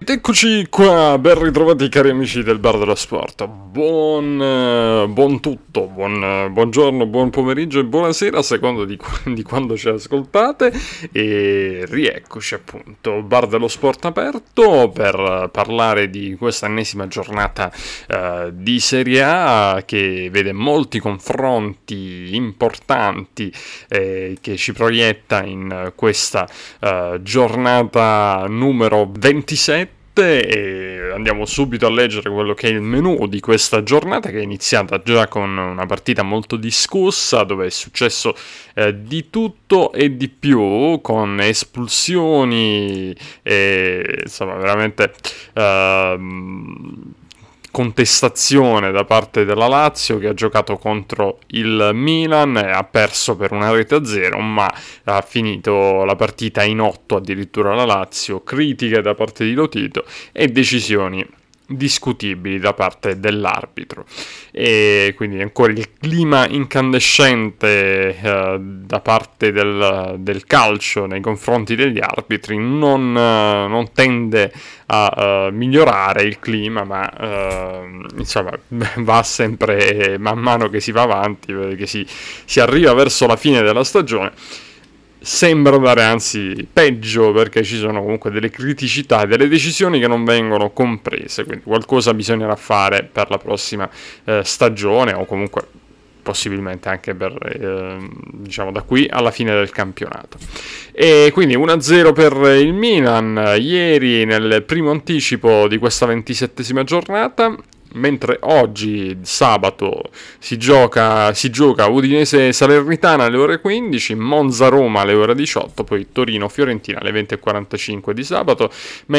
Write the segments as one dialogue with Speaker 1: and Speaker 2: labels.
Speaker 1: Ed eccoci qua, ben ritrovati cari amici del Bar dello Sport. Buon tutto, buongiorno, buon pomeriggio e buonasera a seconda di quando ci ascoltate. E rieccoci appunto, Bar dello Sport aperto per parlare di questa ennesima giornata di Serie A che vede molti confronti importanti che ci proietta in questa giornata numero 27. E andiamo subito a leggere quello che è il menù di questa giornata, che è iniziata già con una partita molto discussa dove è successo di tutto e di più, con espulsioni e insomma veramente contestazione da parte della Lazio, che ha giocato contro il Milan e ha perso per 1-0, ma ha finito la partita in 8 addirittura la Lazio, critiche da parte di Lotito e decisioni discutibili da parte dell'arbitro. E quindi ancora il clima incandescente da parte del calcio nei confronti degli arbitri non tende a migliorare il clima, ma insomma va sempre man mano che si va avanti, che si arriva verso la fine della stagione. Sembra andare anzi peggio, perché ci sono comunque delle criticità e delle decisioni che non vengono comprese, quindi qualcosa bisognerà fare per la prossima stagione, o comunque possibilmente anche per diciamo da qui alla fine del campionato. E quindi 1-0 per il Milan ieri nel primo anticipo di questa 27esima giornata, mentre oggi sabato si gioca Udinese Salernitana alle ore 15, Monza Roma alle ore 18, poi Torino Fiorentina alle 20:45 di sabato,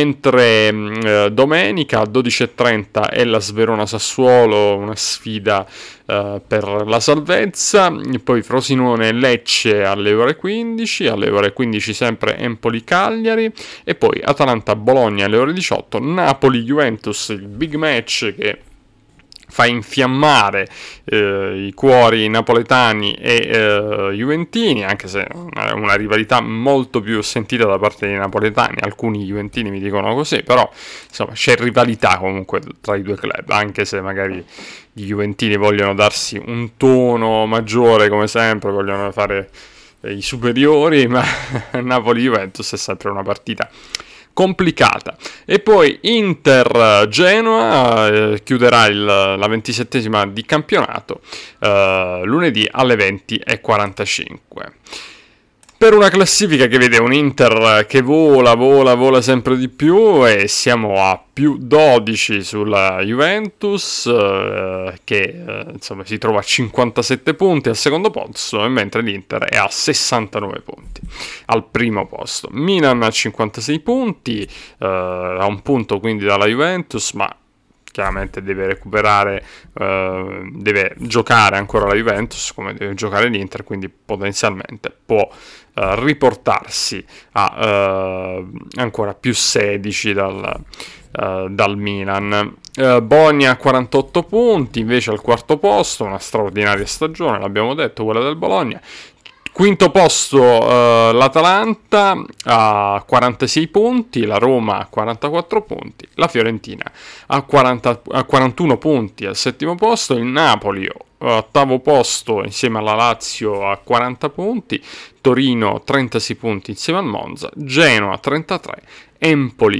Speaker 1: mentre domenica 12:30 Hellas Verona Sassuolo, una sfida per la salvezza, poi Frosinone Lecce alle ore 15, alle ore 15 sempre Empoli Cagliari, e poi Atalanta Bologna alle ore 18, Napoli Juventus, il big match che fa infiammare i cuori napoletani e juventini, anche se è una rivalità molto più sentita da parte dei napoletani. Alcuni juventini mi dicono così, però insomma c'è rivalità comunque tra i due club, anche se magari i juventini vogliono darsi un tono maggiore, come sempre vogliono fare i superiori, ma Napoli-Juventus è sempre una partita complicata. E poi Inter-Genoa chiuderà la 27esima di campionato lunedì alle 20:45. Per una classifica che vede un Inter che vola sempre di più, e siamo a più 12 sulla Juventus che insomma si trova a 57 punti al secondo posto, mentre l'Inter è a 69 punti al primo posto. Milan a 56 punti, a un punto quindi dalla Juventus, ma chiaramente deve recuperare, deve giocare ancora la Juventus come deve giocare l'Inter, quindi potenzialmente può riportarsi a ancora più 16 dal Milan. Bologna a 48 punti invece al quarto posto, una straordinaria stagione, l'abbiamo detto, quella del Bologna. Quinto posto l'Atalanta a 46 punti, la Roma a 44 punti, la Fiorentina a 41 punti al settimo posto, il Napoli ottavo posto insieme alla Lazio a 40 punti, Torino 36 punti insieme al Monza, Genoa 33, Empoli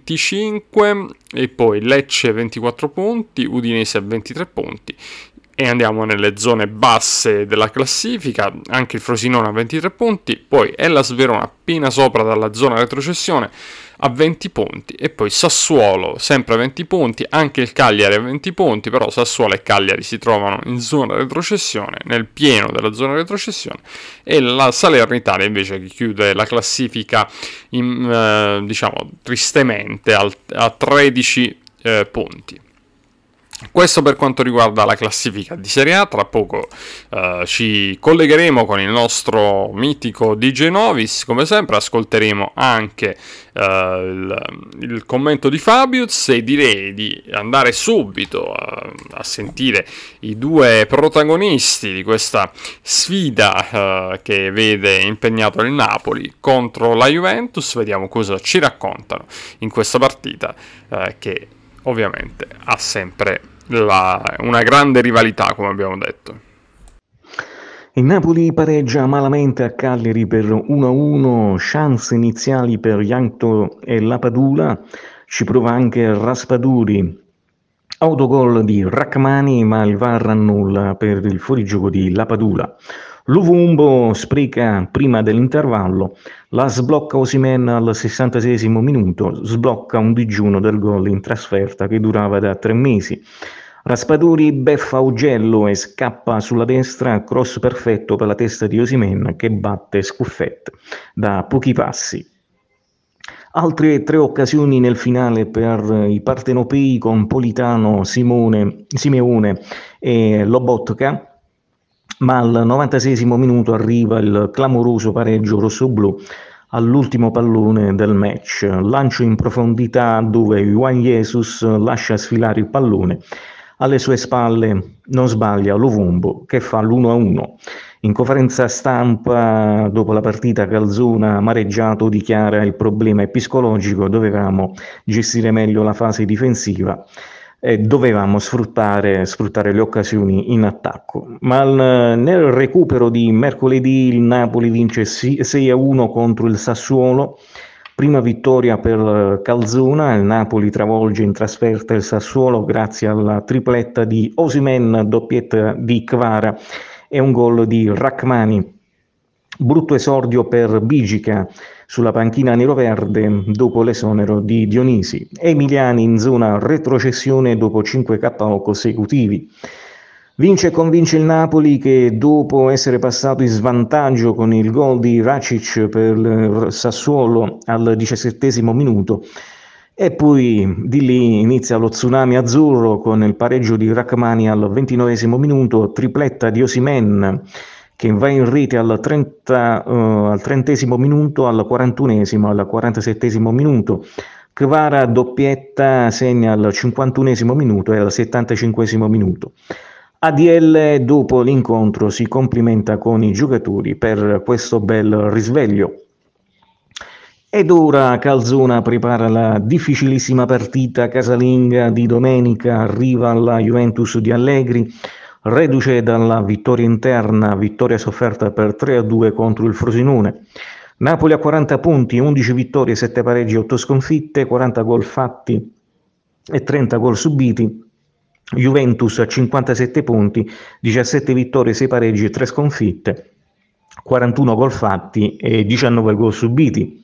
Speaker 1: 25 e poi Lecce 24 punti, Udinese 23 punti. E andiamo nelle zone basse della classifica, anche il Frosinone a 23 punti, poi Hellas Verona appena sopra dalla zona retrocessione a 20 punti, e poi Sassuolo sempre a 20 punti, anche il Cagliari a 20 punti, però Sassuolo e Cagliari si trovano in zona retrocessione, nel pieno della zona retrocessione, e la Salernitana invece che chiude la classifica diciamo tristemente a 13 punti. Questo per quanto riguarda la classifica di Serie A. Tra poco ci collegheremo con il nostro mitico DJ Novis, come sempre ascolteremo anche il commento di Fabius e direi di andare subito a sentire i due protagonisti di questa sfida che vede impegnato il Napoli contro la Juventus. Vediamo cosa ci raccontano in questa partita che ovviamente ha sempre una grande rivalità, come abbiamo detto.
Speaker 2: Il Napoli pareggia malamente a Cagliari per 1-1, chance iniziali per Jankto e Lapadula, ci prova anche Raspaduri. Autogol di Rachmani, ma il VAR annulla per il fuorigioco di Lapadula. Luvumbo spreca prima dell'intervallo, la sblocca Osimhen al 66esimo minuto, sblocca un digiuno del gol in trasferta che durava da 3 mesi. Raspaduri beffa Augello e scappa sulla destra, cross perfetto per la testa di Osimhen che batte Scuffet da pochi passi. Altre 3 occasioni nel finale per i partenopei con Politano, Simeone e Lobotka, ma al 96esimo minuto arriva il clamoroso pareggio rossoblù all'ultimo pallone del match. Lancio in profondità dove Juan Jesus lascia sfilare il pallone. Alle sue spalle non sbaglia Luvumbo che fa l'1-1. In conferenza stampa dopo la partita Calzona amareggiato dichiara il problema è psicologico, dovevamo gestire meglio la fase difensiva e dovevamo sfruttare le occasioni in attacco. Ma nel recupero di mercoledì il Napoli vince 6-1 contro il Sassuolo. Prima vittoria per Calzona, il Napoli travolge in trasferta il Sassuolo grazie alla tripletta di Osimhen, doppietta di Kvara e un gol di Rachmani. Brutto esordio per Bigica sulla panchina neroverde dopo l'esonero di Dionisi. Emiliani in zona retrocessione dopo 5 KO consecutivi. Vince e convince il Napoli che dopo essere passato in svantaggio con il gol di Racic per il Sassuolo al 17esimo minuto e poi di lì inizia lo tsunami azzurro con il pareggio di Rachmani al 29esimo minuto, tripletta di Osimhen che va in rete al 30esimo minuto, al 41esimo, al 47esimo minuto. Kvara doppietta segna al 51esimo minuto e al 75esimo minuto. ADL dopo l'incontro si complimenta con i giocatori per questo bel risveglio. Ed ora Calzona prepara la difficilissima partita casalinga di domenica, arriva alla Juventus di Allegri, reduce dalla vittoria interna, vittoria sofferta per 3-2 contro il Frosinone. Napoli a 40 punti, 11 vittorie, 7 pareggi, 8 sconfitte, 40 gol fatti e 30 gol subiti. Juventus a 57 punti, 17 vittorie, 6 pareggi e 3 sconfitte, 41 gol fatti e 19 gol subiti.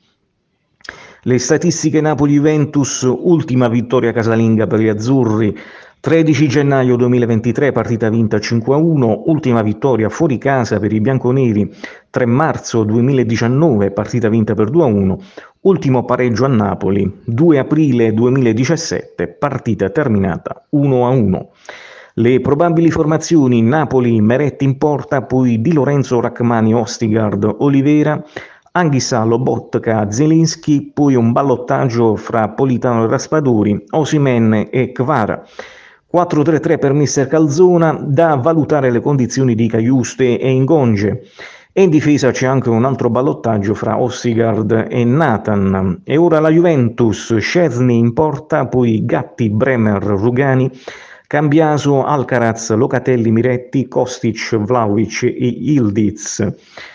Speaker 2: Le statistiche Napoli-Juventus, ultima vittoria casalinga per gli azzurri, 13 gennaio 2023, partita vinta 5-1, ultima vittoria fuori casa per i bianconeri, 3 marzo 2019, partita vinta per 2-1, ultimo pareggio a Napoli, 2 aprile 2017, partita terminata 1-1. Le probabili formazioni: Napoli, Meretti in porta, poi Di Lorenzo, Rachmani, Ostigard, Olivera, Anghissà, Lobotka, Zelinski, poi un ballottaggio fra Politano e Raspadori, Osimhen e Kvara. 4-3-3 per mister Calzona, da valutare le condizioni di Cajuste e Ingonge. E in difesa c'è anche un altro ballottaggio fra Ossigard e Nathan. E ora la Juventus, Szczesny in porta, poi Gatti, Bremer, Rugani, Cambiaso, Alcaraz, Locatelli, Miretti, Kostic, Vlahovic e Ildiz.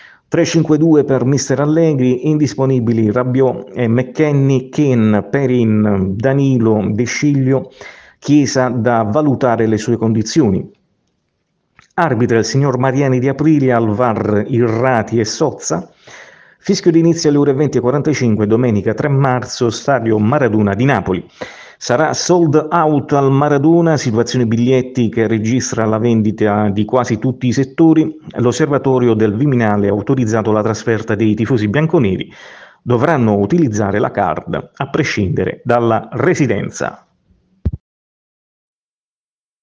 Speaker 2: 3-5-2 per mister Allegri, indisponibili Rabiot e McKennie, Ken, Perin, Danilo, De Sciglio, Chiesa da valutare le sue condizioni. Arbitra il signor Mariani di Aprilia, al VAR Irrati e Sozza. Fischio d'inizio alle ore 20:45, domenica 3 marzo, stadio Maradona di Napoli. Sarà sold out al Maradona, situazione biglietti che registra la vendita di quasi tutti i settori. L'osservatorio del Viminale ha autorizzato la trasferta dei tifosi bianconeri. Dovranno utilizzare la card a prescindere dalla residenza.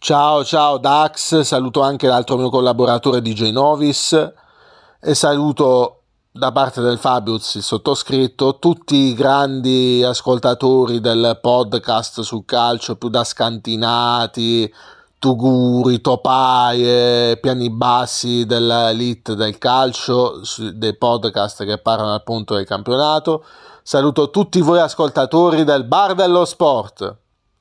Speaker 3: Ciao Dax, saluto anche l'altro mio collaboratore DJ Novis e saluto da parte del Fabius, il sottoscritto, tutti i grandi ascoltatori del podcast sul calcio più da scantinati, Tuguri, Topaie, piani bassi dell'elite del calcio, dei podcast che parlano appunto del campionato. Saluto tutti voi ascoltatori del Bar dello Sport.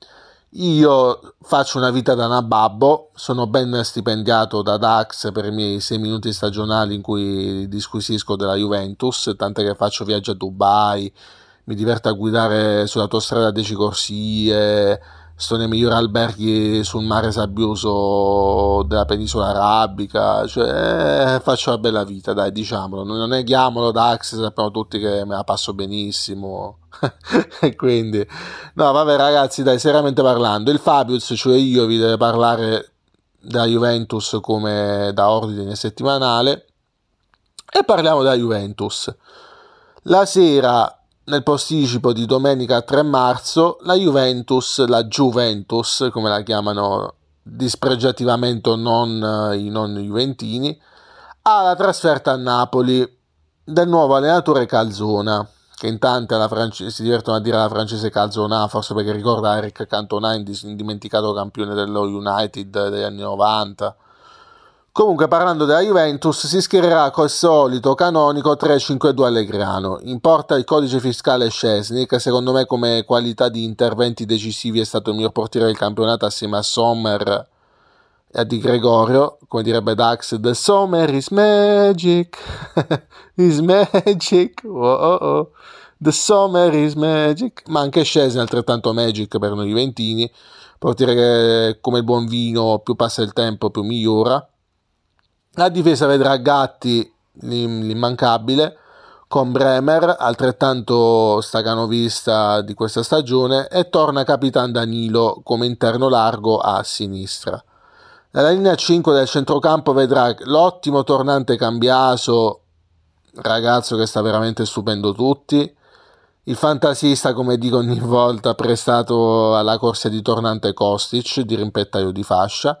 Speaker 3: Io faccio una vita da nababbo, sono ben stipendiato da Dax per i miei 6 minuti stagionali in cui disquisisco della Juventus, tant'è che faccio viaggi a Dubai, mi diverto a guidare sull'autostrada 10 corsie, sto nei migliori alberghi sul mare sabbioso della penisola arabica, cioè faccio una bella vita, dai, diciamolo, non neghiamolo Dax, sappiamo tutti che me la passo benissimo. E quindi no vabbè ragazzi, dai, seriamente parlando, il Fabius, cioè io, vi deve parlare della Juventus come da ordine settimanale e parliamo della Juventus. La sera, nel posticipo di domenica 3 marzo, la Juventus come la chiamano dispregiativamente non i non juventini, ha la trasferta a Napoli del nuovo allenatore Calzona, che in tanti si divertono a dire alla francese Calzona, forse perché ricorda Eric Cantona, indimenticato campione dello United degli anni 90. Comunque, parlando della Juventus, si schiererà col solito canonico 3-5-2 Allegrano. In porta il codice fiscale Szczesny, che secondo me come qualità di interventi decisivi è stato il miglior portiere del campionato assieme a Sommer e a Di Gregorio, come direbbe Dax, The Sommer is magic, is magic, oh. The Sommer is magic, ma anche Szczesny altrettanto magic per noi juventini, portiere che come il buon vino più passa il tempo più migliora. La difesa vedrà Gatti, l'immancabile, con Bremer, altrettanto stacanovista di questa stagione, e torna Capitan Danilo come interno largo a sinistra. La linea 5 del centrocampo vedrà l'ottimo tornante Cambiaso, ragazzo che sta veramente stupendo tutti, il fantasista, come dico ogni volta, prestato alla corsia di tornante Kostic, di rimpettaio di fascia,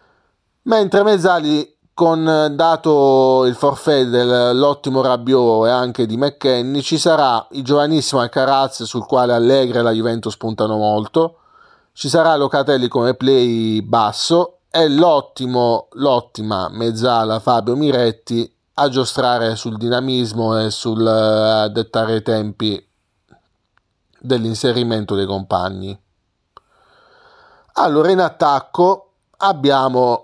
Speaker 3: mentre mezzali, con dato il forfait dell'ottimo Rabiot e anche di McKennie, ci sarà il giovanissimo Alcaraz, sul quale Allegri e la Juventus puntano molto, ci sarà Locatelli come play basso e l'ottima mezzala Fabio Miretti a giostrare sul dinamismo e sul dettare i tempi dell'inserimento dei compagni. Allora, in attacco abbiamo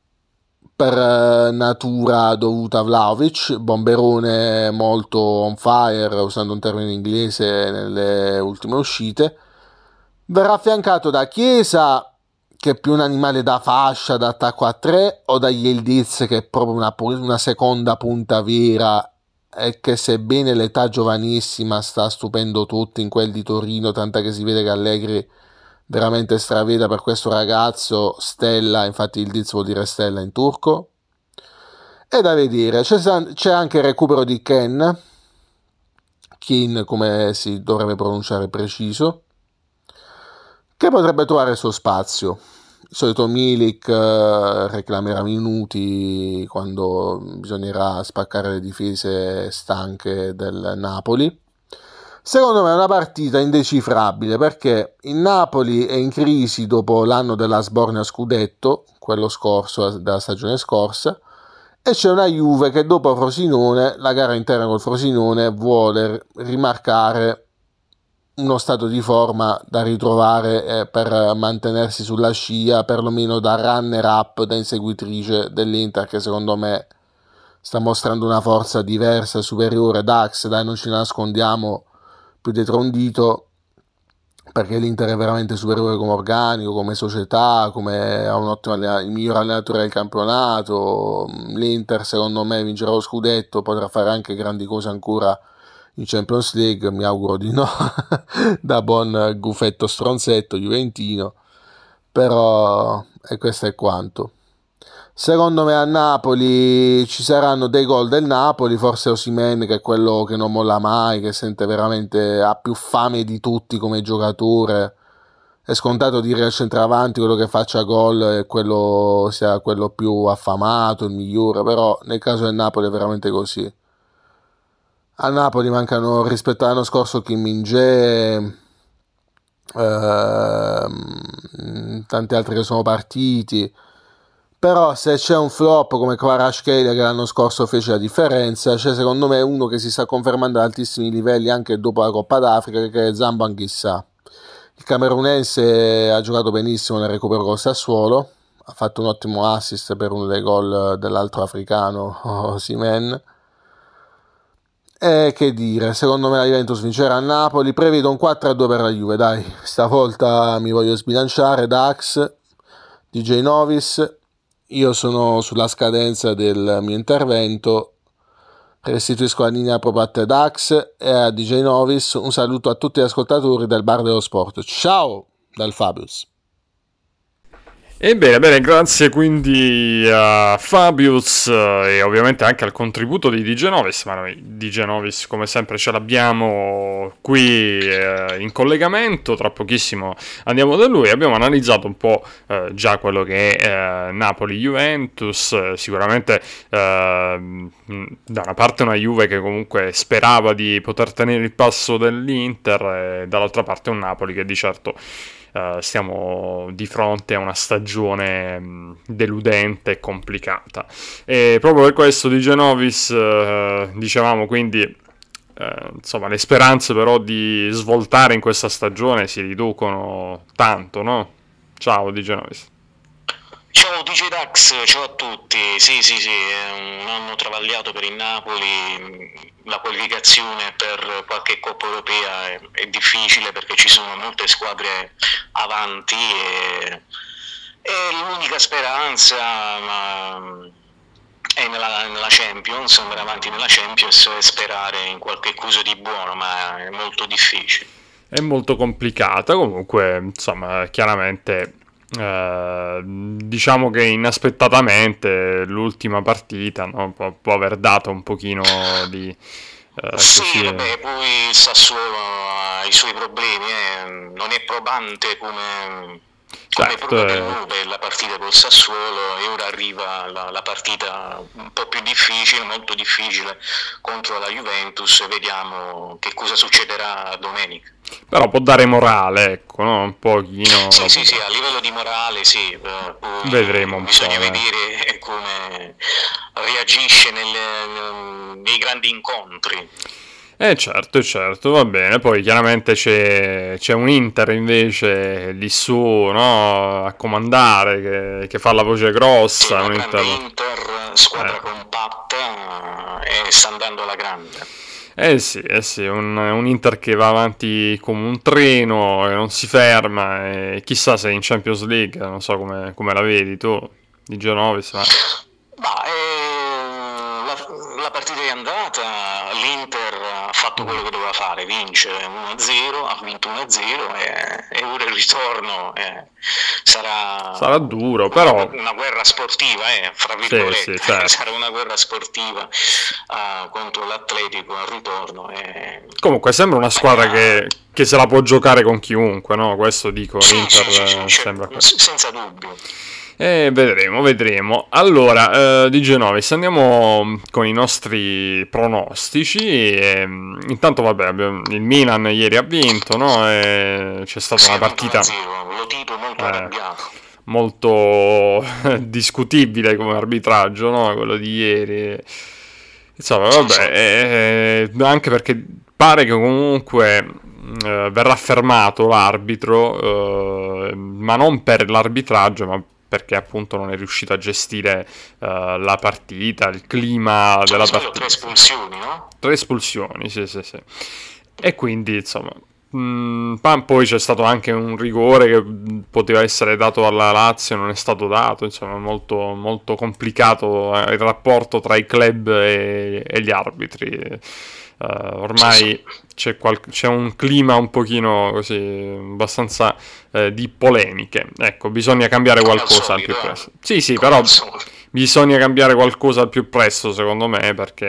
Speaker 3: per natura dovuta Vlahovic, bomberone molto on fire, usando un termine inglese nelle ultime uscite. Verrà affiancato da Chiesa, che è più un animale da fascia, da attacco a 3, o da Yildiz, che è proprio una seconda punta vera e che, sebbene l'età giovanissima, sta stupendo tutti in quel di Torino, tant'è che si vede che Allegri veramente straveda per questo ragazzo. Stella, infatti Yildiz vuol dire stella in turco. È da vedere, c'è anche il recupero di Ken, come si dovrebbe pronunciare preciso, che potrebbe trovare il suo spazio. Il solito Milik reclamerà minuti quando bisognerà spaccare le difese stanche del Napoli. Secondo me è una partita indecifrabile, perché il Napoli è in crisi dopo l'anno della sbornia scudetto, quello scorso, della stagione scorsa, e c'è una Juve che dopo Frosinone, la gara interna col Frosinone, vuole rimarcare uno stato di forma da ritrovare per mantenersi sulla scia, perlomeno da runner-up, da inseguitrice dell'Inter, che secondo me sta mostrando una forza diversa, superiore. Dax, dai, non ci nascondiamo più dietro un dito, perché l'Inter è veramente superiore come organico, come società, come ha un ottimo il miglior allenatore del campionato. L'Inter secondo me vincerà lo scudetto, potrà fare anche grandi cose ancora in Champions League, mi auguro di no, da buon gufetto stronzetto juventino, però questo è quanto. Secondo me a Napoli ci saranno dei gol del Napoli, forse Osimhen, che è quello che non molla mai, che sente veramente, ha più fame di tutti come giocatore, è scontato dire al centravanti quello che faccia gol e quello sia quello più affamato, il migliore, però nel caso del Napoli è veramente così. A Napoli mancano rispetto all'anno scorso Kim Min-jae, tanti altri che sono partiti, però se c'è un flop come Kvaratskhelia che l'anno scorso fece la differenza, c'è secondo me uno che si sta confermando ad altissimi livelli anche dopo la Coppa d'Africa, che è Zambo Anguissa. Il camerunense ha giocato benissimo nel recupero col Sassuolo, ha fatto un ottimo assist per uno dei gol dell'altro africano, Osimhen. E che dire, secondo me la Juventus vincerà a Napoli, prevedo un 4-2 per la Juve, dai, stavolta mi voglio sbilanciare. Dax, DJ Novis, io sono sulla scadenza del mio intervento, restituisco la linea proprio a te Dax e a DJ Novis. Un saluto a tutti gli ascoltatori del Bar dello Sport, ciao dal Fabius.
Speaker 1: Ebbene, bene, grazie quindi a Fabius e ovviamente anche al contributo di DJ Novis, ma noi DJ Novis come sempre ce l'abbiamo qui in collegamento, tra pochissimo andiamo da lui. Abbiamo analizzato un po' già quello che è Napoli-Juventus, sicuramente da una parte una Juve che comunque sperava di poter tenere il passo dell'Inter e dall'altra parte un Napoli che di certo... stiamo di fronte a una stagione deludente e complicata, e proprio per questo di Genovis dicevamo quindi insomma le speranze però di svoltare in questa stagione si riducono tanto, no? Ciao di Genovis.
Speaker 4: Ciao DJ Dax, ciao a tutti. Sì, è un anno travagliato per il Napoli. La qualificazione per qualche Coppa Europea è difficile perché ci sono molte squadre avanti e l'unica speranza è nella Champions, andare avanti nella Champions e sperare in qualche cosa di buono, ma è molto difficile.
Speaker 1: È molto complicata, comunque insomma chiaramente... diciamo che inaspettatamente l'ultima partita, no, può aver dato un pochino di
Speaker 4: sì,
Speaker 1: così,
Speaker 4: vabbè, poi il Sassuolo ha i suoi problemi, non è probante come
Speaker 1: certo,
Speaker 4: prova del Nube la partita col Sassuolo, e ora arriva la partita un po' più difficile, molto difficile contro la Juventus, e vediamo che cosa succederà domenica.
Speaker 1: però può dare morale, ecco, no? Un pochino.
Speaker 4: Sì, a livello di morale sì,
Speaker 1: vedremo un
Speaker 4: bisogna
Speaker 1: po',
Speaker 4: vedere come reagisce nei grandi incontri.
Speaker 1: Certo, va bene. Poi chiaramente c'è un Inter invece lì su, no? A comandare, che fa la voce grossa.
Speaker 4: Sì,
Speaker 1: un
Speaker 4: Inter, squadra compatta e sta andando alla grande.
Speaker 1: Sì, un Inter che va avanti come un treno e non si ferma, e chissà se in Champions League, non so come la vedi tu, di Genovis, ma...
Speaker 4: La partita è andata, l'Inter ha fatto quello che doveva fare, vince 1-0, ha vinto 1-0 e ora il ritorno sarà
Speaker 1: duro, però...
Speaker 4: Una guerra sportiva, fra virgolette,
Speaker 1: sì, certo.
Speaker 4: Sarà una guerra sportiva contro l'Atletico al ritorno.
Speaker 1: Comunque sembra una squadra che se la può giocare con chiunque, no? Questo dico, l'Inter sembra questo.
Speaker 4: Senza dubbio.
Speaker 1: Vedremo. Allora, di Genovis andiamo con i nostri pronostici. Intanto, vabbè, il Milan ieri ha vinto, no? E c'è stata una partita
Speaker 4: molto arrabbiato,
Speaker 1: molto discutibile come arbitraggio, no? Quello di ieri. Insomma, vabbè, anche perché pare che comunque verrà fermato l'arbitro, ma non per l'arbitraggio, ma perché appunto non è riuscito a gestire la partita, il clima della partita.
Speaker 4: 3 espulsioni, no?
Speaker 1: 3 espulsioni, sì. E quindi, insomma, poi c'è stato anche un rigore che poteva essere dato alla Lazio, non è stato dato, insomma, molto, molto complicato il rapporto tra i club e gli arbitri. Ormai c'è un clima un pochino così abbastanza di polemiche. Ecco, bisogna cambiare qualcosa al più presto. Sì, però bisogna cambiare qualcosa al più presto, secondo me, perché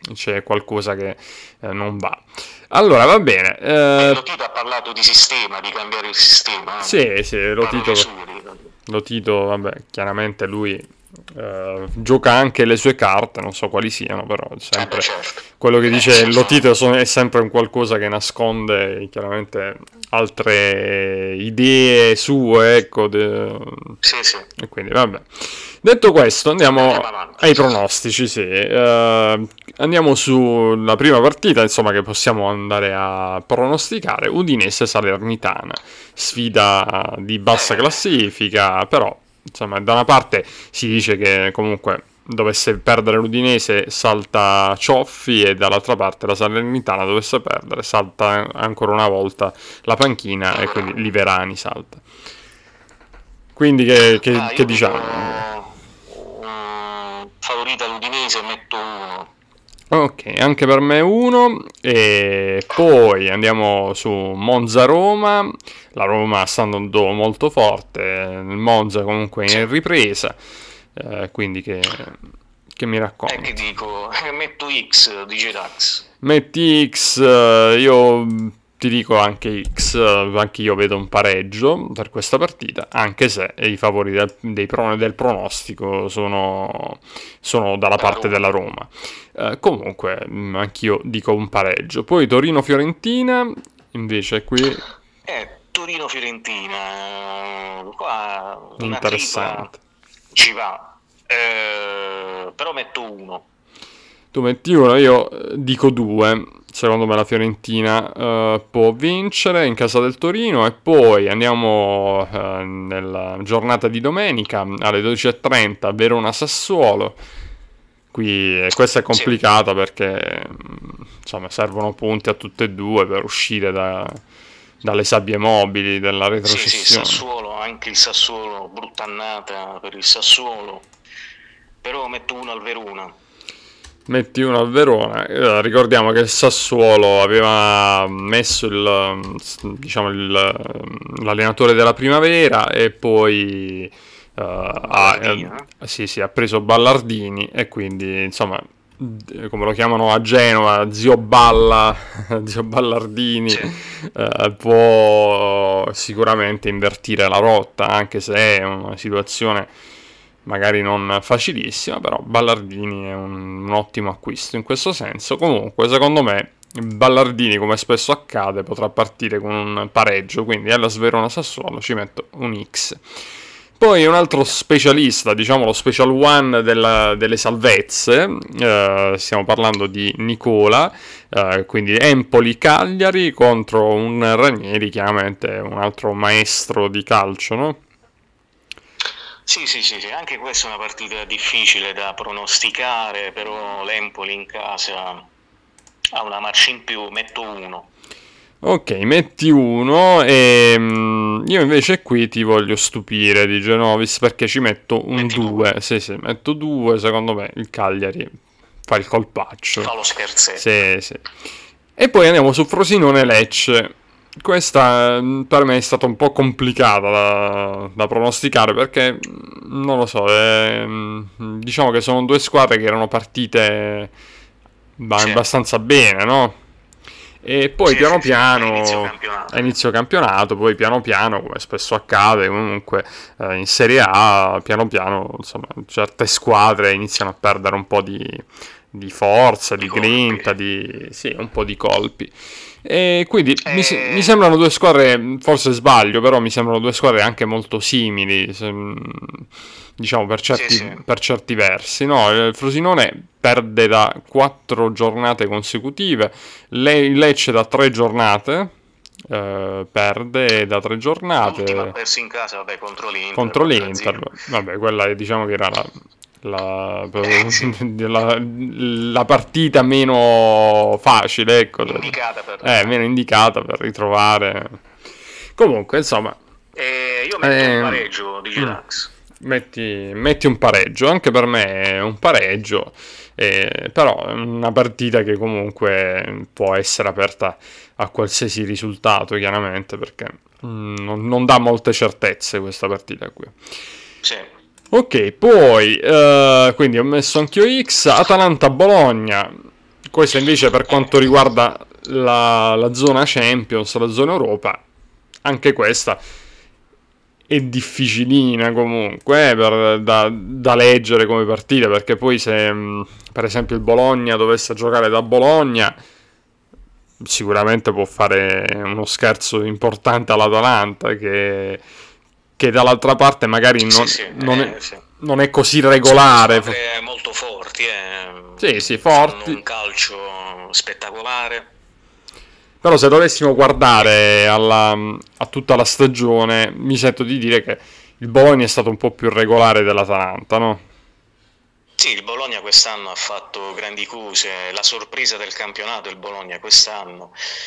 Speaker 1: c'è qualcosa che non va. Allora, va bene.
Speaker 4: Lotito ha parlato di sistema, di cambiare il sistema.
Speaker 1: Sì, Lotito, vabbè, chiaramente lui gioca anche le sue carte, non so quali siano, però sempre
Speaker 4: certo.
Speaker 1: quello che dice Lotito è sempre un qualcosa che nasconde chiaramente altre idee sue, ecco.
Speaker 4: Sì.
Speaker 1: E quindi, vabbè. Detto questo, andiamo ai pronostici, sì. Andiamo sulla prima partita, insomma, che possiamo andare a pronosticare. Udinese-Salernitana, sfida di bassa classifica, però, insomma, da una parte si dice che comunque dovesse perdere l'Udinese salta Cioffi, e dall'altra parte la Salernitana dovesse perdere salta ancora una volta la panchina, e quindi Liverani salta. Quindi che diciamo?
Speaker 4: Favorita l'Udinese, metto 1.
Speaker 1: Ok, anche per me 1. E poi andiamo su Monza-Roma. La Roma sta andando molto forte, il Monza comunque è in ripresa, quindi che mi racconti?
Speaker 4: Che dico, metto X, dice Dax.
Speaker 1: Metti X, io ti dico anche X, anche io vedo un pareggio per questa partita, anche se i favori del pronostico sono dalla parte della Roma. Comunque, anch'io dico un pareggio. Poi Torino-Fiorentina, invece qui...
Speaker 4: Torino-Fiorentina, qua una
Speaker 1: interessante.
Speaker 4: Ci va, però metto 1.
Speaker 1: Tu metti 1, io dico 2. Secondo me la Fiorentina può vincere in casa del Torino. E poi andiamo nella giornata di domenica alle 12:30, Verona-Sassuolo. Questa è complicata perché insomma servono punti a tutte e due per uscire dalle sabbie mobili della retrocessione.
Speaker 4: Sì, Sassuolo, anche il Sassuolo, brutta annata per il Sassuolo, però metto 1 al Verona.
Speaker 1: Metti 1 al Verona. Ricordiamo che il Sassuolo aveva messo l'allenatore della primavera, e poi ha preso Ballardini, e quindi insomma, come lo chiamano a Genova, zio Ballardini, può sicuramente invertire la rotta, anche se è una situazione magari non facilissima, però Ballardini è un ottimo acquisto in questo senso. Comunque, secondo me, Ballardini, come spesso accade, potrà partire con un pareggio, quindi alla Verona-Sassuolo ci metto un X. Poi un altro specialista, diciamo lo special one delle salvezze, stiamo parlando di Nicola, quindi Empoli-Cagliari contro un Ranieri, chiaramente un altro maestro di calcio, no?
Speaker 4: Sì, anche questa è una partita difficile da pronosticare, però l'Empoli in casa ha una marcia in più, metto 1.
Speaker 1: Ok, metti 1, e io invece qui ti voglio stupire di Genovis, perché ci metto un 2. Sì, metto 2, secondo me il Cagliari fa il colpaccio.
Speaker 4: Fa lo scherzetto.
Speaker 1: Sì. E poi andiamo su Frosinone-Lecce. Questa per me è stata un po' complicata da pronosticare, perché non lo so, diciamo che sono due squadre che erano partite abbastanza bene, no? E poi piano piano a inizio campionato, poi piano piano, come spesso accade comunque in Serie A, piano piano insomma certe squadre iniziano a perdere un po' di forza, di grinta, un po' di colpi. E quindi mi sembrano due squadre, forse sbaglio, però mi sembrano due squadre anche molto simili, diciamo per certi versi, no? Il Frosinone perde da 4 giornate consecutive, il Lecce da 3 giornate, perde da 3 giornate.
Speaker 4: L'ultima ha perso in casa, vabbè,
Speaker 1: contro l'Inter, vabbè, quella diciamo che era la partita meno facile, ecco, meno indicata per ritrovare. Comunque, insomma,
Speaker 4: io metto un pareggio di Girax.
Speaker 1: Metti un pareggio, anche per me è un pareggio, però è una partita che comunque può essere aperta a qualsiasi risultato, chiaramente, perché non dà molte certezze questa partita qui.
Speaker 4: Sì.
Speaker 1: Ok, poi quindi ho messo anch'io X. Atalanta-Bologna. Questo invece per quanto riguarda la zona Champions, la zona Europa, anche questa è difficilina comunque da leggere come partita, perché poi se per esempio il Bologna dovesse giocare da Bologna, sicuramente può fare uno scherzo importante all'Atalanta, che dall'altra parte magari non è così regolare.
Speaker 4: Sono molto forti,
Speaker 1: sì, forti.
Speaker 4: Fanno un calcio spettacolare.
Speaker 1: Però se dovessimo guardare a tutta la stagione, mi sento di dire che il Bologna è stato un po' più regolare dell'Atalanta, no?
Speaker 4: Sì, il Bologna quest'anno ha fatto grandi cose, la sorpresa del campionato il Bologna quest'anno,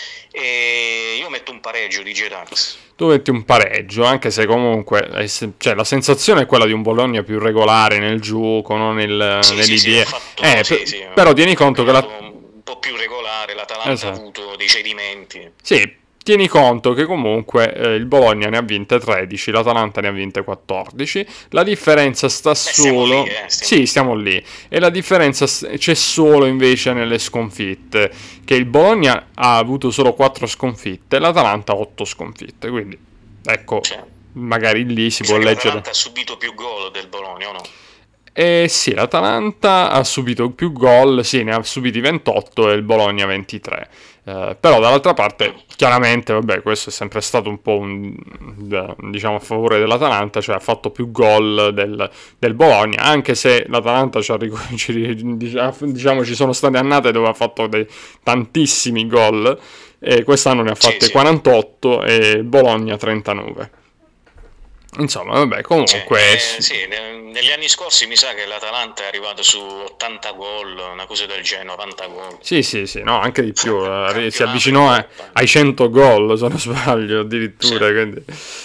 Speaker 4: e io metto un pareggio di Gerax.
Speaker 1: Tu metti un pareggio, anche se comunque cioè, la sensazione è quella di un Bologna più regolare nel gioco, no? Nell'idea. Però tieni conto che
Speaker 4: un po' più regolare, l'Atalanta
Speaker 1: esatto.
Speaker 4: ha avuto dei cedimenti.
Speaker 1: Sì, tieni conto che comunque il Bologna ne ha vinte 13, l'Atalanta ne ha vinte 14. La differenza sta solo... stiamo lì. E la differenza c'è solo invece nelle sconfitte, che il Bologna ha avuto solo 4 sconfitte, l'Atalanta 8 sconfitte. Quindi, ecco, magari lì si può leggere...
Speaker 4: L'Atalanta ha subito più gol del Bologna, o no?
Speaker 1: Sì, l'Atalanta ha subito più gol, sì, ne ha subiti 28 e il Bologna 23. Però dall'altra parte, chiaramente, vabbè, questo è sempre stato un po' diciamo a favore dell'Atalanta, cioè ha fatto più gol del Bologna, anche se l'Atalanta diciamo ci sono state annate dove ha fatto tantissimi gol, e quest'anno ne ha fatte 48 e il Bologna 39. Insomma, vabbè, comunque...
Speaker 4: negli anni scorsi mi sa che l'Atalanta è arrivato su 80 gol, una cosa del genere, 90 gol.
Speaker 1: Sì, no, anche di più, si avvicinò ai 100 gol, se non sbaglio, addirittura, quindi...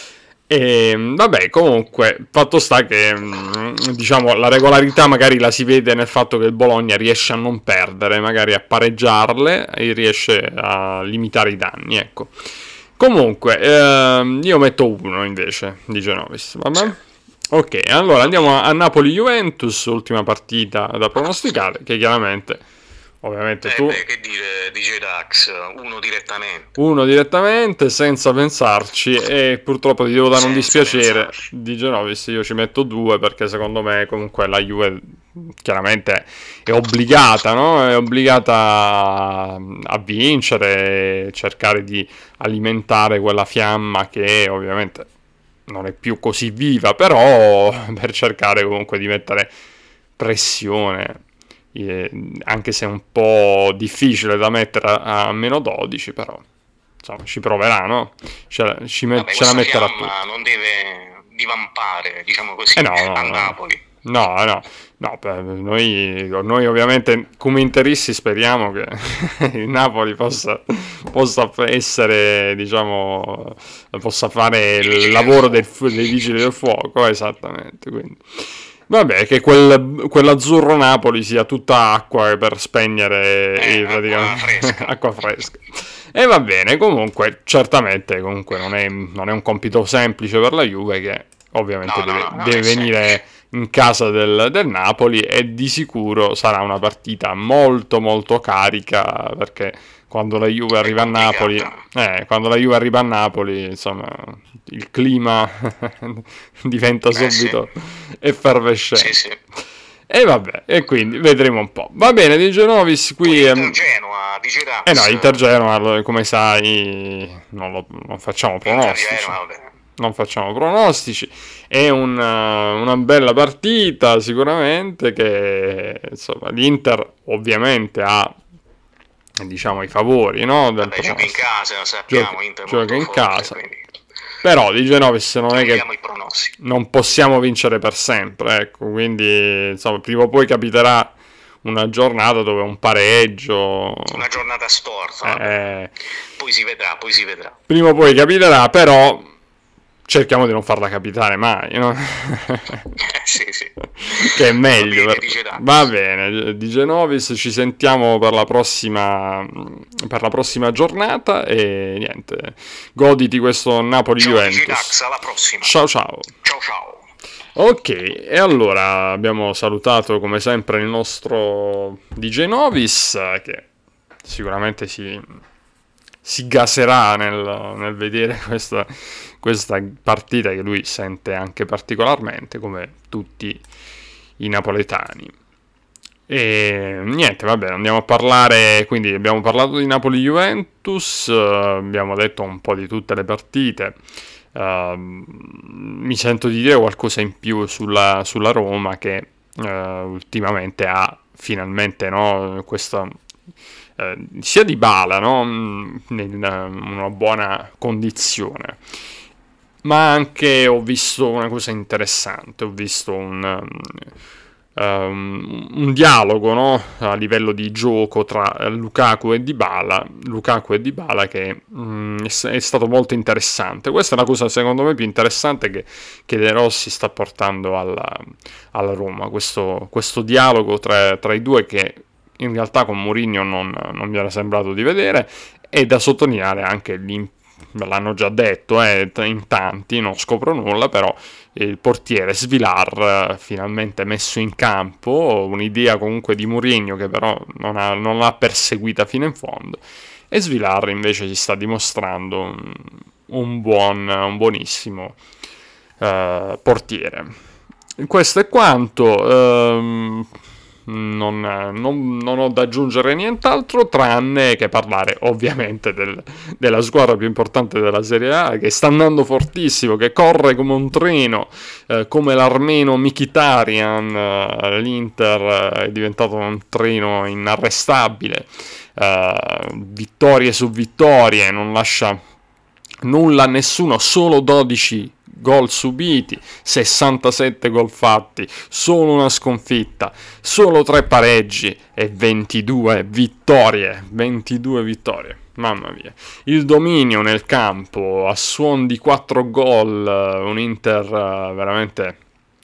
Speaker 1: E vabbè, comunque, fatto sta che, diciamo, la regolarità magari la si vede nel fatto che il Bologna riesce a non perdere, magari a pareggiarle e riesce a limitare i danni, ecco. Comunque, io metto 1 invece di Genovis, vabbè? Ok, allora andiamo a Napoli-Juventus, ultima partita da pronosticare, che chiaramente, ovviamente tu...
Speaker 4: che dire, dice Dax, 1 direttamente.
Speaker 1: 1 direttamente, senza pensarci, e purtroppo ti devo dare un dispiacere di Genovis, io ci metto 2 perché secondo me comunque la Juve chiaramente è obbligata, no? È obbligata a vincere, cercare di alimentare quella fiamma che ovviamente non è più così viva, però per cercare comunque di mettere pressione, anche se è un po' difficile da mettere a meno 12, però insomma ci proverà, no? Ce la metterà tutta.
Speaker 4: Non deve divampare, diciamo così, a Napoli.
Speaker 1: No, noi ovviamente come interisti speriamo che il Napoli possa essere, diciamo, possa fare il lavoro dei vigili del fuoco, esattamente, quindi vabbè, che quell'azzurro Napoli sia tutta acqua per spegnere acqua fresca. E va bene, comunque certamente comunque non è un compito semplice per la Juve, che ovviamente deve venire in casa del Napoli, e di sicuro sarà una partita molto molto carica, perché quando la Juve arriva a Napoli, insomma, il clima diventa subito effervescente. Sì. E vabbè, e quindi vedremo un po'. Va bene, Di Genovis qui...
Speaker 4: Inter-Genoa, dice Dax.
Speaker 1: No, Inter-Genoa, come sai, non facciamo pronostici. Non facciamo pronostici. È una bella partita, sicuramente, che insomma l'Inter ovviamente ha, diciamo, i favori, no?
Speaker 4: Gioca in casa, lo sappiamo, Inter
Speaker 1: gioca in
Speaker 4: forte,
Speaker 1: casa.
Speaker 4: Quindi...
Speaker 1: Però di Genovis non è che
Speaker 4: i
Speaker 1: non possiamo vincere per sempre, ecco, quindi insomma prima o poi capiterà una giornata dove un pareggio,
Speaker 4: una giornata storta, poi si vedrà.
Speaker 1: Prima o poi capiterà, però cerchiamo di non farla capitare mai, no?
Speaker 4: Sì.
Speaker 1: Che è meglio. Va bene, Di Genovis, ci sentiamo per la prossima giornata, e niente, goditi questo Napoli-Juventus.
Speaker 4: Alla prossima.
Speaker 1: Ciao. Ok, e allora abbiamo salutato come sempre il nostro DJ Novis, che sicuramente si gaserà nel vedere questa partita che lui sente anche particolarmente, come tutti i napoletani. E niente, vabbè, andiamo a parlare, quindi abbiamo parlato di Napoli-Juventus, abbiamo detto un po' di tutte le partite. Mi sento di dire qualcosa in più sulla Roma, che ultimamente ha finalmente, no, questa sia Dybala, no, in una buona condizione, ma anche ho visto una cosa interessante, ho visto un dialogo, no, a livello di gioco tra Lukaku e Dybala che è stato molto interessante. Questa è la cosa secondo me più interessante che De Rossi sta portando alla Roma, questo dialogo tra i due, che in realtà con Mourinho non mi era sembrato di vedere. E da sottolineare anche l'hanno già detto in tanti, non scopro nulla, però il portiere Svilar, finalmente messo in campo, un'idea comunque di Mourinho che però non l'ha perseguita fino in fondo, e Svilar invece si sta dimostrando un buonissimo portiere. Questo è quanto. Non ho da aggiungere nient'altro, tranne che parlare ovviamente della squadra più importante della Serie A, che sta andando fortissimo, che corre come un treno, come l'armeno Mkhitaryan. L'Inter è diventato un treno inarrestabile, vittorie su vittorie, non lascia nulla a nessuno, solo 12 gol subiti, 67 gol fatti, solo una sconfitta, solo 3 pareggi e 22 vittorie. Mamma mia, il dominio nel campo a suon di 4 gol, un Inter veramente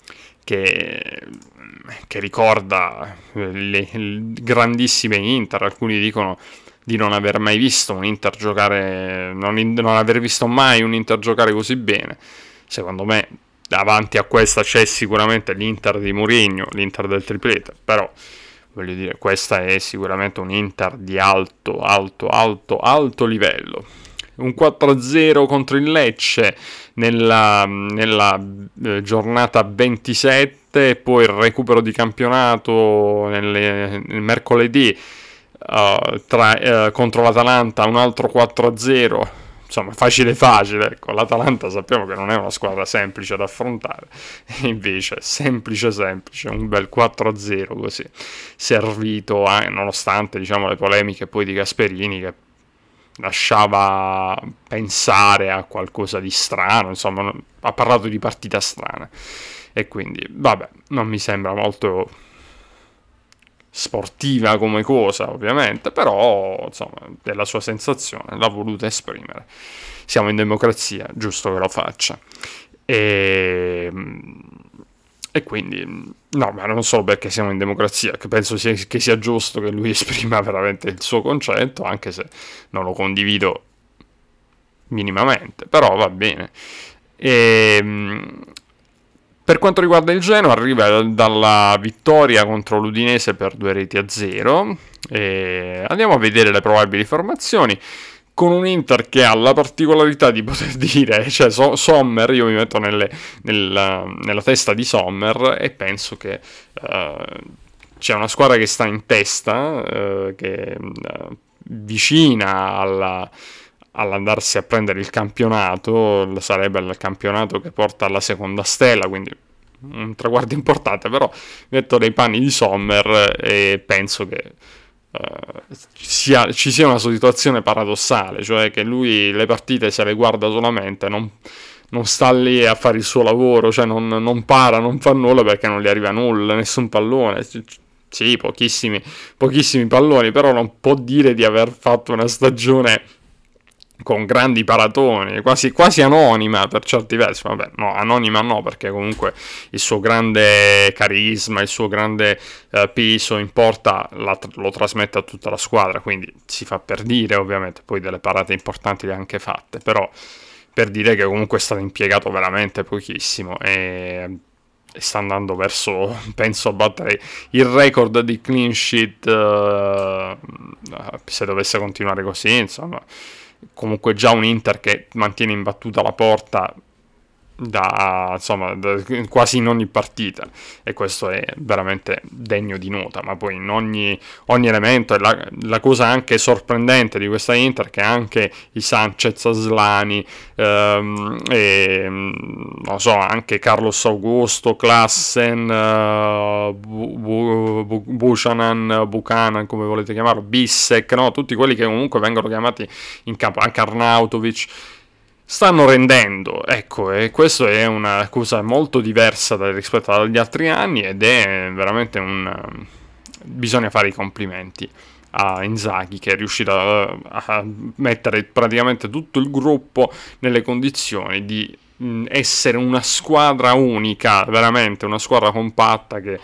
Speaker 1: che ricorda le grandissime Inter. Alcuni dicono di non aver mai visto un Inter giocare, non aver visto mai un Inter giocare così bene. Secondo me davanti a questa c'è sicuramente l'Inter di Mourinho, l'Inter del triplete, però voglio dire, questa è sicuramente un Inter di alto livello. Un 4-0 contro il Lecce nella giornata 27, poi il recupero di campionato nel mercoledì contro l'Atalanta, un altro 4-0. Insomma, facile, ecco. L'Atalanta sappiamo che non è una squadra semplice da affrontare, invece semplice, un bel 4-0 così, servito nonostante, diciamo, le polemiche poi di Gasperini, che lasciava pensare a qualcosa di strano, insomma, ha parlato di partita strana, e quindi, vabbè, non mi sembra molto sportiva come cosa, ovviamente, però insomma è la sua sensazione, l'ha voluta esprimere. Siamo in democrazia, giusto che lo faccia. E quindi no, ma non solo perché siamo in democrazia, che penso che sia giusto che lui esprima veramente il suo concetto, anche se non lo condivido minimamente, però va bene. Per quanto riguarda il Genoa, arriva dalla vittoria contro l'Udinese per 2-0. Andiamo a vedere le probabili formazioni, con un Inter che ha la particolarità di poter dire, cioè Sommer, io mi metto nella testa di Sommer, e penso che c'è una squadra che sta in testa, che è vicina all'andarsi a prendere il campionato. Sarebbe il campionato che porta alla seconda stella, quindi un traguardo importante. Però metto nei panni di Sommer e penso che ci sia una situazione paradossale, cioè che lui le partite se le guarda solamente, non sta lì a fare il suo lavoro, cioè non para, non fa nulla, perché non gli arriva nulla, nessun pallone. Sì, pochissimi palloni, però non può dire di aver fatto una stagione con grandi paratoni, quasi anonima per certi versi. Vabbè, no, anonima no, perché comunque il suo grande carisma, il suo grande peso in porta lo trasmette a tutta la squadra, quindi si fa per dire, ovviamente poi delle parate importanti le ha anche fatte, però per dire che comunque è stato impiegato veramente pochissimo, e sta andando verso, penso, a battere il record di clean sheet, se dovesse continuare così, insomma. Comunque già un Inter che mantiene imbattuta la porta da quasi in ogni partita, e questo è veramente degno di nota. Ma poi in ogni elemento, e la cosa anche sorprendente di questa Inter, che anche i Sanchez, Aslani, e non so, anche Carlos Augusto, Klassen, Buchanan, come volete chiamarlo, Bissek, no? Tutti quelli che comunque vengono chiamati in campo, anche Arnautovic, stanno rendendo, ecco, e questo è una cosa molto diversa rispetto agli altri anni, ed è veramente bisogna fare i complimenti a Inzaghi, che è riuscito a mettere praticamente tutto il gruppo nelle condizioni di essere una squadra unica, veramente una squadra compatta, che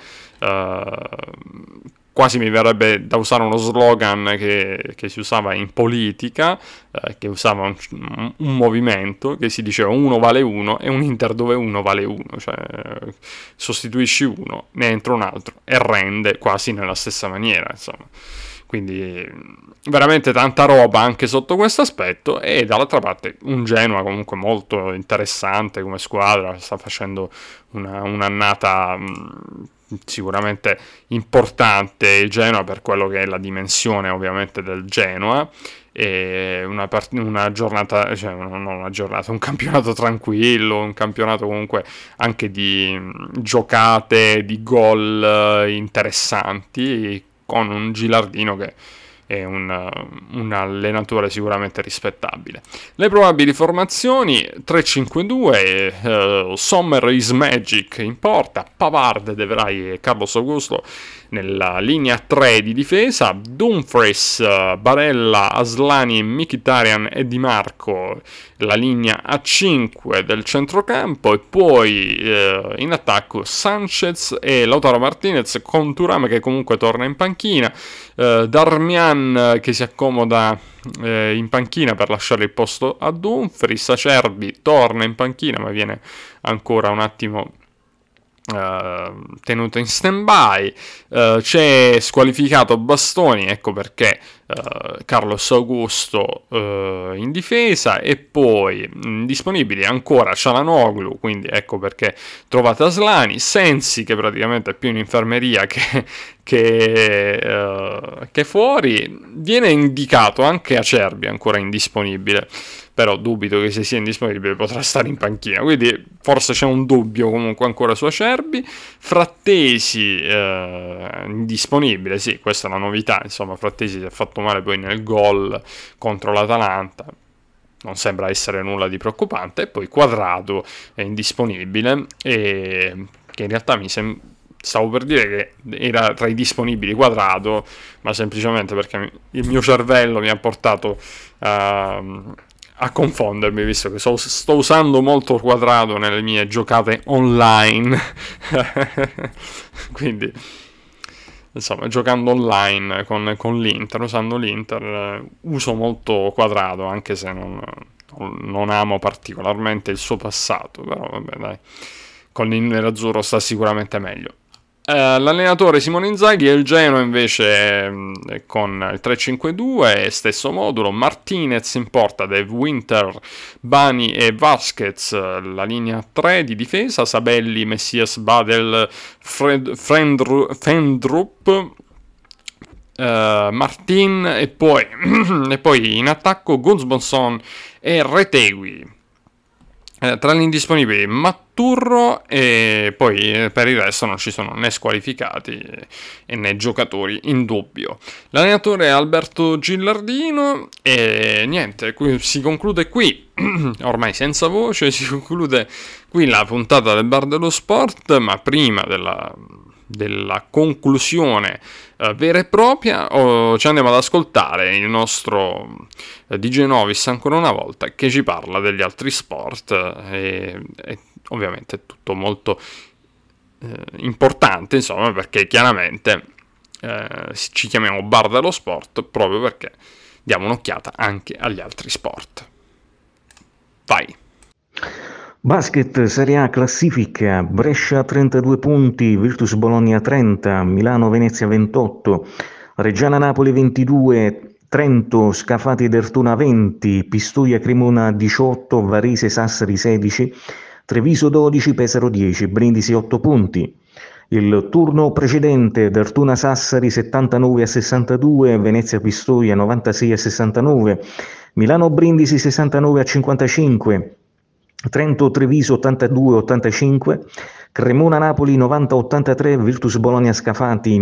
Speaker 1: quasi mi verrebbe da usare uno slogan che si usava in politica, che usava un movimento che si diceva: uno vale uno, e un Inter dove uno vale uno, cioè sostituisci uno, ne entra un altro e rende quasi nella stessa maniera, insomma. Quindi veramente tanta roba anche sotto questo aspetto. E dall'altra parte un Genoa comunque molto interessante come squadra, sta facendo un'annata sicuramente importante il Genoa, per quello che è la dimensione ovviamente del Genoa. E una giornata, cioè non una giornata, un campionato tranquillo, un campionato comunque anche di giocate, di gol interessanti, con un Gilardino che è un allenatore sicuramente rispettabile. Le probabili formazioni: 3-5-2, Sommer is Magic in porta, Pavard, De Vrij e Carlos Augusto nella linea 3 di difesa, Dumfries, Barella, Aslani, Mkhitaryan e Di Marco la linea a 5 del centrocampo, e poi in attacco Sanchez e Lautaro Martinez, con Thuram che comunque torna in panchina, Darmian che si accomoda in panchina per lasciare il posto a Dumfries, Acerbi torna in panchina ma viene ancora un attimo tenuto in stand-by. C'è squalificato Bastoni, ecco perché Carlos Augusto in difesa, e poi disponibili ancora Çalhanoğlu, quindi ecco perché trovate Aslani, Sensi che praticamente è più in infermeria che fuori. Viene indicato anche Acerbi ancora indisponibile, però dubito che se sia indisponibile potrà stare in panchina, quindi forse c'è un dubbio comunque ancora su Acerbi. Frattesi indisponibile, sì, questa è la novità, insomma. Frattesi si è fatto male poi nel gol contro l'Atalanta, non sembra essere nulla di preoccupante. E poi Quadrado è indisponibile, e che in realtà stavo per dire che era tra i disponibili Quadrado, ma semplicemente perché il mio cervello mi ha portato a confondermi, visto che sto usando molto Quadrado nelle mie giocate online. Quindi insomma, giocando online con l'Inter, usando l'Inter, uso molto Quadrado, anche se non amo particolarmente il suo passato, però vabbè, dai, con il nerazzurro sta sicuramente meglio. L'allenatore Simone Inzaghi, e il Genoa invece con il 3-5-2, stesso modulo, Martinez in porta, De Winter, Bani e Vasquez la linea 3 di difesa, Sabelli, Messias, Badel, Fendrup, Martin, e poi in attacco Gunzbonsson e Retegui. Tra gli indisponibili Matturro, e poi per il resto non ci sono né squalificati né giocatori in dubbio. L'allenatore è Alberto Gilardino, e niente, si conclude qui, ormai senza voce, si conclude qui la puntata del Bar dello Sport. Ma prima della conclusione vera e propria, ci andiamo ad ascoltare il nostro DJ Novis ancora una volta, che ci parla degli altri sport, e ovviamente è tutto molto importante, insomma, perché chiaramente ci chiamiamo Bar dello Sport proprio perché diamo un'occhiata anche agli altri sport. Vai.
Speaker 2: Basket Serie A classifica: Brescia 32 punti, Virtus Bologna 30, Milano Venezia 28, Reggiana Napoli 22, Trento Scafati Dertona 20, Pistoia Cremona 18, Varese Sassari 16, Treviso 12, Pesaro 10, Brindisi 8 punti. Il turno precedente: Dertona Sassari 79 a 62, Venezia Pistoia 96 a 69, Milano Brindisi 69 a 55, Trento Treviso 82-85, Cremona Napoli 90-83, Virtus Bologna Scafati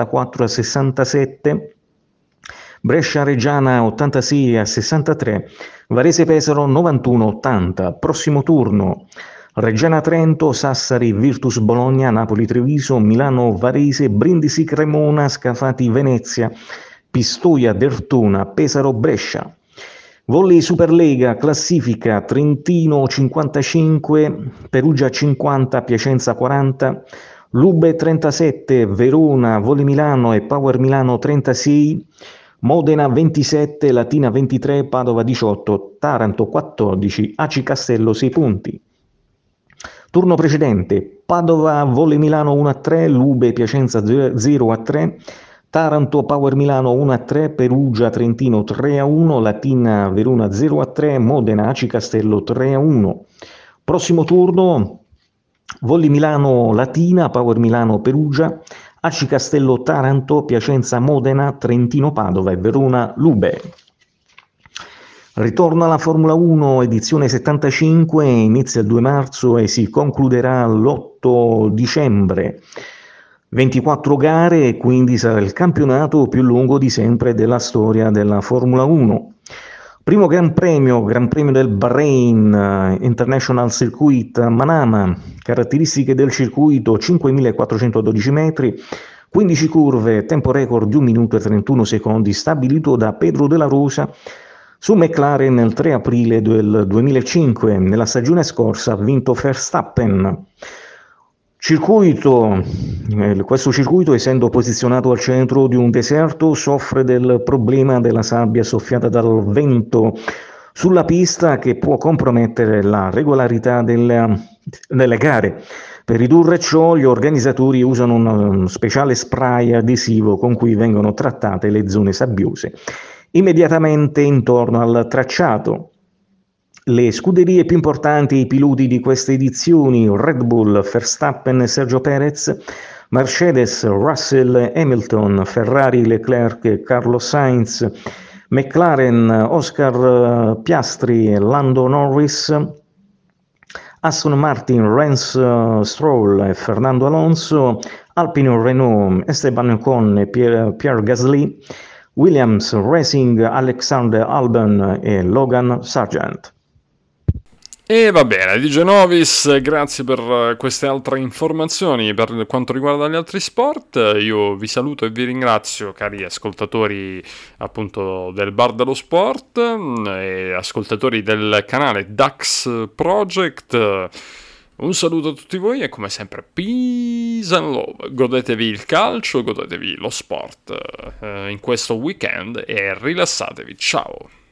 Speaker 2: 94-67, Brescia Reggiana 86-63, Varese Pesaro 91-80. Prossimo turno: Reggiana Trento, Sassari Virtus Bologna, Napoli Treviso, Milano Varese, Brindisi Cremona, Scafati Venezia, Pistoia Dertona, Pesaro Brescia. Volley Superlega classifica: Trentino 55, Perugia 50, Piacenza 40, Lube 37, Verona, Volley Milano e Power Milano 36, Modena 27, Latina 23, Padova 18, Taranto 14, Aci Castello 6 punti. Turno precedente: Padova Volley Milano 1-3, Lube Piacenza 0-3, Taranto Power Milano 1-3, Perugia Trentino 3-1, Latina Verona 0-3, Modena Aci Castello 3-1. Prossimo turno: Volley Milano Latina, Power Milano Perugia, Aci Castello Taranto, Piacenza Modena, Trentino Padova e Verona Lube. Ritorna alla Formula 1 edizione 75, inizia il 2 marzo e si concluderà l'8 dicembre. 24 gare e quindi sarà il campionato più lungo di sempre della storia della Formula 1. Primo Gran Premio del Bahrain International Circuit a Manama. Caratteristiche del circuito: 5.412 metri, 15 curve, tempo record di 1 minuto e 31 secondi stabilito da Pedro de la Rosa su McLaren il 3 aprile del 2005. Nella stagione scorsa ha vinto Verstappen. Questo circuito, essendo posizionato al centro di un deserto, soffre del problema della sabbia soffiata dal vento sulla pista, che può compromettere la regolarità delle gare. Per ridurre ciò, gli organizzatori usano un speciale spray adesivo con cui vengono trattate le zone sabbiose immediatamente intorno al tracciato. Le scuderie più importanti e i piloti di queste edizioni: Red Bull, Verstappen e Sergio Perez, Mercedes, Russell, Hamilton, Ferrari, Leclerc e Carlos Sainz, McLaren, Oscar Piastri e Lando Norris, Aston Martin, Lance Stroll e Fernando Alonso, Alpine Renault, Esteban Ocon e Pierre Gasly, Williams Racing, Alexander Albon e Logan Sargent.
Speaker 1: E va bene, DJ Novis, grazie per queste altre informazioni per quanto riguarda gli altri sport. Io vi saluto e vi ringrazio, cari ascoltatori appunto del Bar dello Sport e ascoltatori del canale Dax Project. Un saluto a tutti voi e come sempre peace and love. Godetevi il calcio, godetevi lo sport in questo weekend e rilassatevi. Ciao!